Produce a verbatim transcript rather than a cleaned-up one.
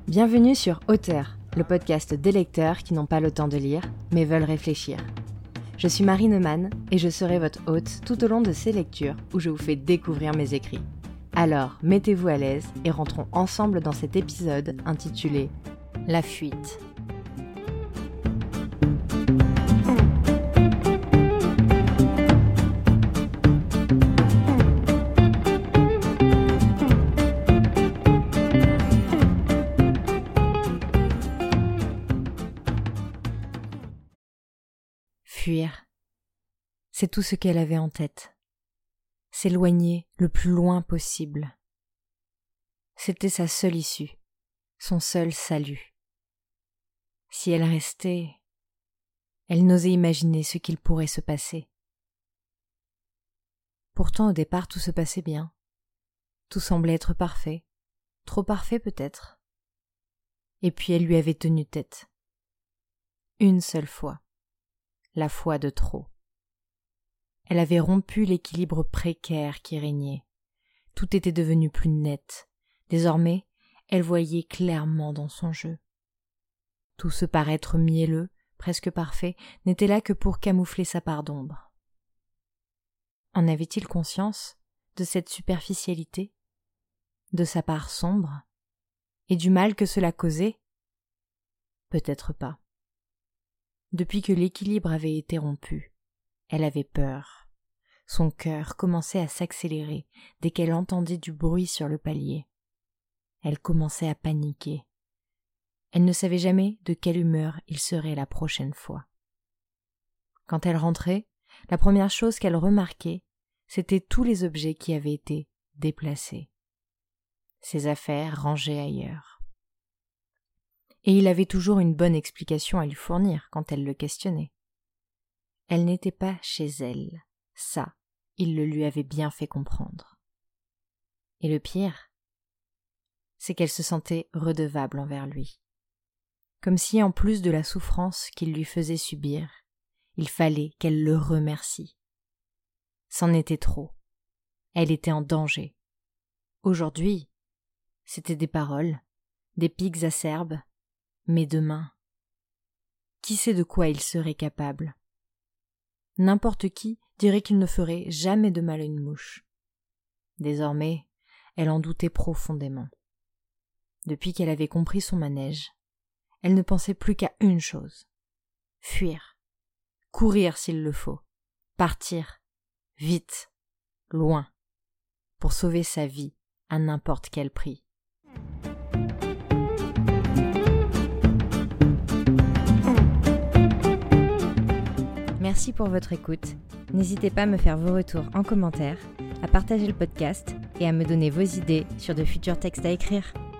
Bienvenue sur Auteur, le podcast des lecteurs qui n'ont pas le temps de lire, mais veulent réfléchir. Je suis Marie Neumann et je serai votre hôte tout au long de ces lectures où je vous fais découvrir mes écrits. Alors, mettez-vous à l'aise et rentrons ensemble dans cet épisode intitulé « La fuite ». Fuir, c'est tout ce qu'elle avait en tête. S'éloigner le plus loin possible. C'était sa seule issue, son seul salut. Si elle restait, elle n'osait imaginer ce qu'il pourrait se passer. Pourtant au départ tout se passait bien. Tout semblait être parfait, trop parfait peut-être. Et puis elle lui avait tenu tête. Une seule fois. La fois de trop. Elle avait rompu l'équilibre précaire qui régnait. Tout était devenu plus net. Désormais, elle voyait clairement dans son jeu. Tout ce paraître mielleux, presque parfait, n'était là que pour camoufler sa part d'ombre. En avait-il conscience de cette superficialité, de sa part sombre, et du mal que cela causait? Peut-être pas. Depuis que l'équilibre avait été rompu, elle avait peur. Son cœur commençait à s'accélérer dès qu'elle entendait du bruit sur le palier. Elle commençait à paniquer. Elle ne savait jamais de quelle humeur il serait la prochaine fois. Quand elle rentrait, la première chose qu'elle remarquait, c'était tous les objets qui avaient été déplacés. Ses affaires rangées ailleurs. Et il avait toujours une bonne explication à lui fournir quand elle le questionnait. Elle n'était pas chez elle, ça, il le lui avait bien fait comprendre. Et le pire, c'est qu'elle se sentait redevable envers lui. Comme si en plus de la souffrance qu'il lui faisait subir, il fallait qu'elle le remercie. C'en était trop. Elle était en danger. Aujourd'hui, c'était des paroles, des pics acerbes, mais demain, qui sait de quoi il serait capable? N'importe qui dirait qu'il ne ferait jamais de mal à une mouche. Désormais, elle en doutait profondément. Depuis qu'elle avait compris son manège, elle ne pensait plus qu'à une chose. Fuir. Courir s'il le faut. Partir. Vite. Loin. Pour sauver sa vie à n'importe quel prix. Merci pour votre écoute. N'hésitez pas à me faire vos retours en commentaire, à partager le podcast et à me donner vos idées sur de futurs textes à écrire.